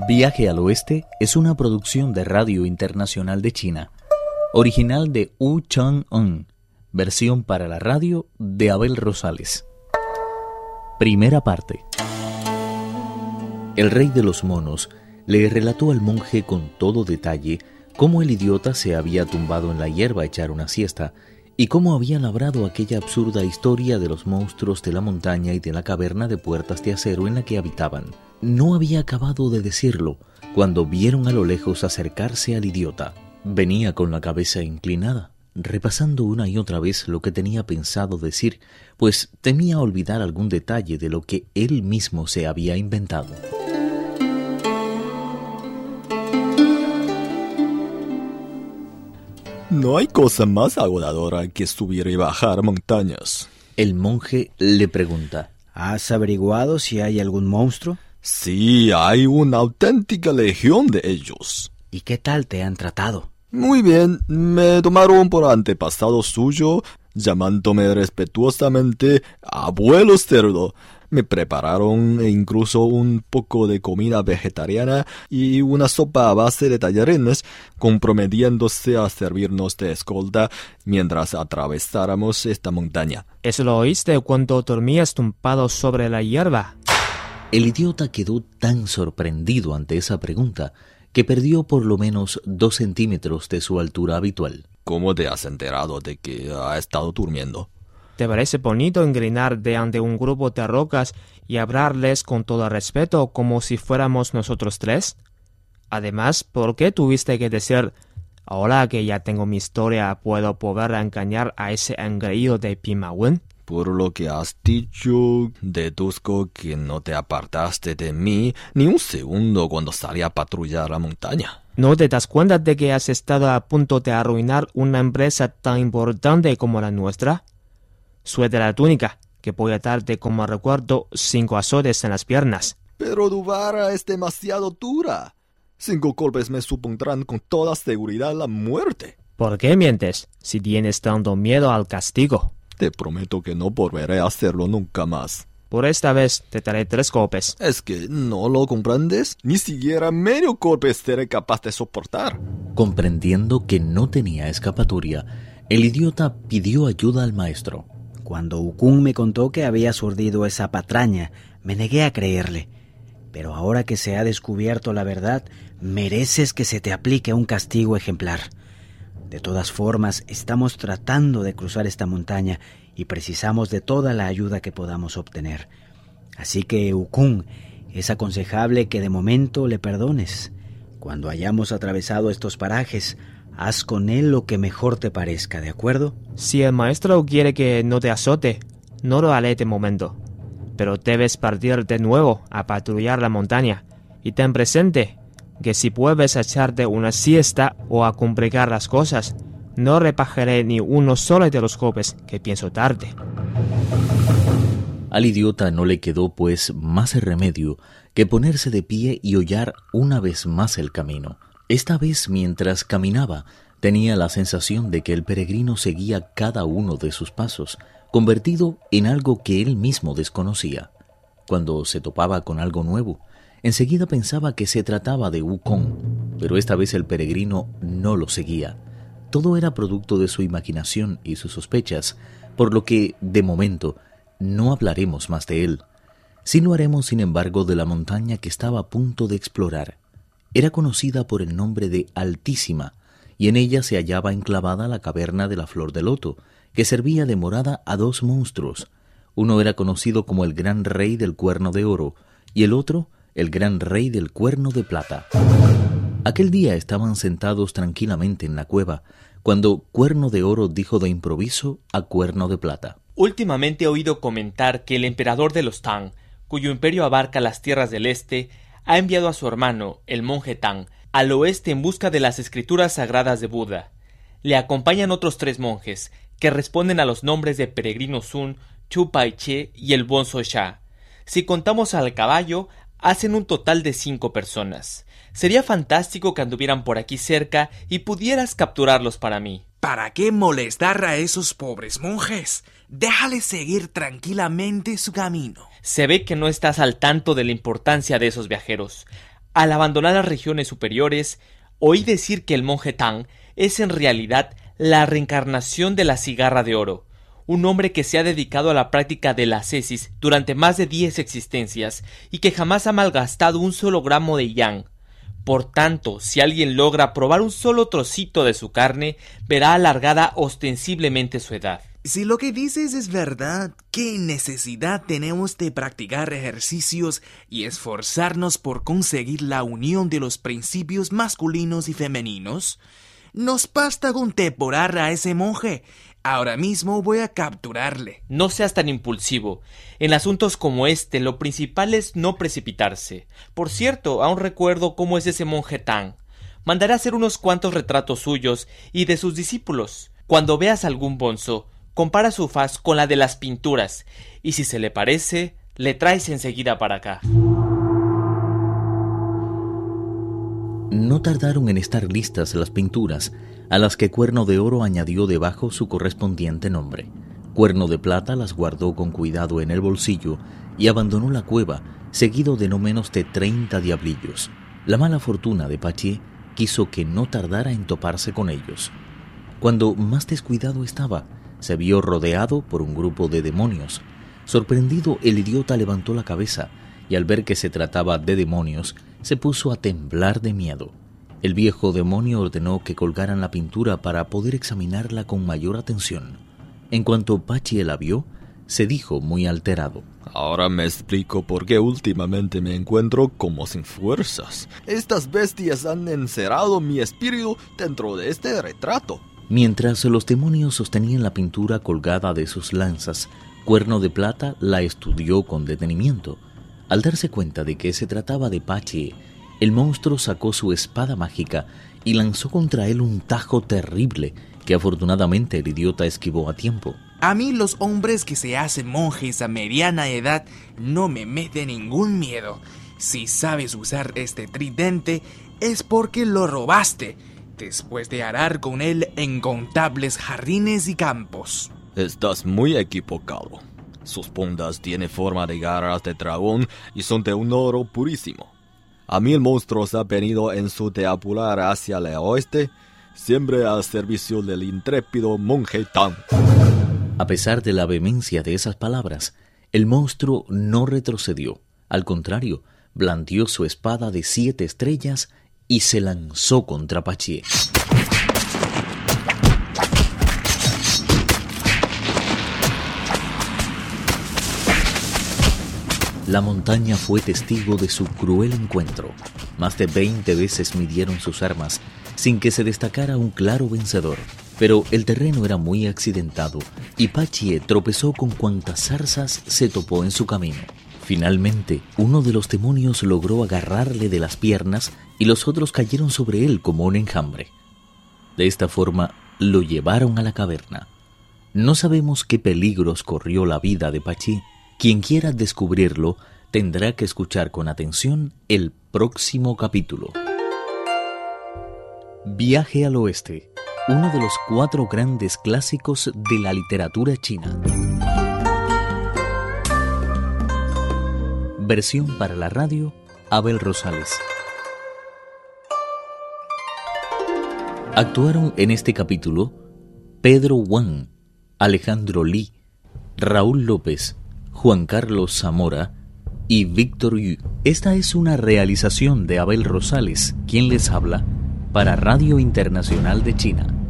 Viaje al Oeste es una producción de Radio Internacional de China, original de Wu Chang-un, versión para la radio de Abel Rosales. Primera parte. El rey de los monos le relató al monje con todo detalle cómo el idiota se había tumbado en la hierba a echar una siesta y cómo había labrado aquella absurda historia de los monstruos de la montaña y de la caverna de puertas de acero en la que habitaban. No había acabado de decirlo cuando vieron a lo lejos acercarse al idiota. Venía con la cabeza inclinada, repasando una y otra vez lo que tenía pensado decir, pues temía olvidar algún detalle de lo que él mismo se había inventado. No hay cosa más agotadora que subir y bajar montañas. El monje le pregunta: ¿Has averiguado si hay algún monstruo? Sí, hay una auténtica legión de ellos. ¿Y qué tal te han tratado? Muy bien, me tomaron por antepasado suyo, llamándome respetuosamente abuelo cerdo. Me prepararon incluso un poco de comida vegetariana y una sopa a base de tallarines, comprometiéndose a servirnos de escolta mientras atravesáramos esta montaña. ¿Eso lo oíste cuando dormías tumbado sobre la hierba? El idiota quedó tan sorprendido ante esa pregunta que perdió por lo menos 2 centímetros de su altura habitual. ¿Cómo te has enterado de que ha estado durmiendo? ¿Te parece bonito engrinar de ante un grupo de rocas y hablarles con todo respeto como si fuéramos nosotros tres? Además, ¿por qué tuviste que decir: ahora que ya tengo mi historia, puedo poder engañar a ese engreído de Pimawen? Por lo que has dicho, deduzco que no te apartaste de mí ni un segundo cuando salí a patrullar la montaña. ¿No te das cuenta de que has estado a punto de arruinar una empresa tan importante como la nuestra? Suelta la túnica, que voy a darte como recuerdo 5 azotes en las piernas. Pero tu vara es demasiado dura. 5 golpes me supondrán con toda seguridad la muerte. ¿Por qué mientes, si tienes tanto miedo al castigo? Te prometo que no volveré a hacerlo nunca más. Por esta vez te daré 3 golpes. ¿Es que no lo comprendes? Ni siquiera medio golpe seré capaz de soportar. Comprendiendo que no tenía escapatoria, el idiota pidió ayuda al maestro. Cuando Ukun me contó que habías urdido esa patraña, me negué a creerle. Pero ahora que se ha descubierto la verdad, mereces que se te aplique un castigo ejemplar. De todas formas, estamos tratando de cruzar esta montaña y precisamos de toda la ayuda que podamos obtener. Así que, Ukun, es aconsejable que de momento le perdones. Cuando hayamos atravesado estos parajes, haz con él lo que mejor te parezca, ¿de acuerdo? Si el maestro quiere que no te azote, no lo haré de momento. Pero debes partir de nuevo a patrullar la montaña. Y ten presente que si vuelves a echarte una siesta o a complicar las cosas, no repajaré ni uno solo de los golpes que pienso darte. Al idiota no le quedó, pues, más remedio que ponerse de pie y hollar una vez más el camino. Esta vez, mientras caminaba, tenía la sensación de que el peregrino seguía cada uno de sus pasos, convertido en algo que él mismo desconocía. Cuando se topaba con algo nuevo, enseguida pensaba que se trataba de Wukong, pero esta vez el peregrino no lo seguía. Todo era producto de su imaginación y sus sospechas, por lo que, de momento, no hablaremos más de él. Sí lo haremos, sin embargo, de la montaña que estaba a punto de explorar. Era conocida por el nombre de Altísima, y en ella se hallaba enclavada la caverna de la Flor de Loto, que servía de morada a 2 monstruos. Uno era conocido como el Gran Rey del Cuerno de Oro, y el otro, el Gran Rey del Cuerno de Plata. Aquel día estaban sentados tranquilamente en la cueva, cuando Cuerno de Oro dijo de improviso a Cuerno de Plata: Últimamente he oído comentar que el emperador de los Tang, cuyo imperio abarca las tierras del este, ha enviado a su hermano, el monje Tang, al oeste en busca de las escrituras sagradas de Buda. Le acompañan otros 3 monjes, que responden a los nombres de Peregrino Sun, Chu Pai Che y el Bonzo Sha. Si contamos al caballo, hacen un total de 5 personas. Sería fantástico que anduvieran por aquí cerca y pudieras capturarlos para mí. ¿Para qué molestar a esos pobres monjes? Déjales seguir tranquilamente su camino. Se ve que no estás al tanto de la importancia de esos viajeros. Al abandonar las regiones superiores, oí decir que el monje Tang es en realidad la reencarnación de la cigarra de oro, un hombre que se ha dedicado a la práctica de la ascesis durante más de 10 existencias y que jamás ha malgastado un solo gramo de yang. Por tanto, si alguien logra probar un solo trocito de su carne, verá alargada ostensiblemente su edad. Si lo que dices es verdad, ¿qué necesidad tenemos de practicar ejercicios y esforzarnos por conseguir la unión de los principios masculinos y femeninos? Nos basta contemporar a ese monje. Ahora mismo voy a capturarle. No seas tan impulsivo. En asuntos como este, lo principal es no precipitarse. Por cierto, aún recuerdo cómo es ese monje Tang. Mandaré hacer unos cuantos retratos suyos y de sus discípulos. Cuando veas algún bonzo, compara su faz con la de las pinturas, y si se le parece, le traes enseguida para acá. No tardaron en estar listas las pinturas, a las que Cuerno de Oro añadió debajo su correspondiente nombre. Cuerno de Plata las guardó con cuidado en el bolsillo y abandonó la cueva, seguido de no menos de 30 diablillos. La mala fortuna de Pachié quiso que no tardara en toparse con ellos. Cuando más descuidado estaba, se vio rodeado por un grupo de demonios. Sorprendido, el idiota levantó la cabeza y al ver que se trataba de demonios, se puso a temblar de miedo. El viejo demonio ordenó que colgaran la pintura para poder examinarla con mayor atención. En cuanto Pachié la vio, se dijo muy alterado: Ahora me explico por qué últimamente me encuentro como sin fuerzas. Estas bestias han encerrado mi espíritu dentro de este retrato. Mientras los demonios sostenían la pintura colgada de sus lanzas, Cuerno de Plata la estudió con detenimiento. Al darse cuenta de que se trataba de Pachié, el monstruo sacó su espada mágica y lanzó contra él un tajo terrible que afortunadamente el idiota esquivó a tiempo. A mí los hombres que se hacen monjes a mediana edad no me meten ningún miedo. Si sabes usar este tridente es porque lo robaste, después de arar con él en incontables jardines y campos. Estás muy equivocado. Sus puntas tienen forma de garras de dragón y son de un oro purísimo. A mí el monstruo se ha venido en su deambular hacia el oeste, siempre al servicio del intrépido monje Tang. A pesar de la vehemencia de esas palabras, el monstruo no retrocedió. Al contrario, blandió su espada de 7 estrellas y se lanzó contra Pachié. La montaña fue testigo de su cruel encuentro. Más de 20 veces midieron sus armas, sin que se destacara un claro vencedor. Pero el terreno era muy accidentado, y Pachié tropezó con cuantas zarzas se topó en su camino. Finalmente, uno de los demonios logró agarrarle de las piernas, y los otros cayeron sobre él como un enjambre. De esta forma, lo llevaron a la caverna. No sabemos qué peligros corrió la vida de Pachié. Quien quiera descubrirlo tendrá que escuchar con atención el próximo capítulo. Viaje al Oeste, uno de los 4 grandes clásicos de la literatura china. Versión para la radio, Abel Rosales. Actuaron en este capítulo Pedro Wang, Alejandro Li, Raúl López, Juan Carlos Zamora y Víctor Yu. Esta es una realización de Abel Rosales, quien les habla, para Radio Internacional de China.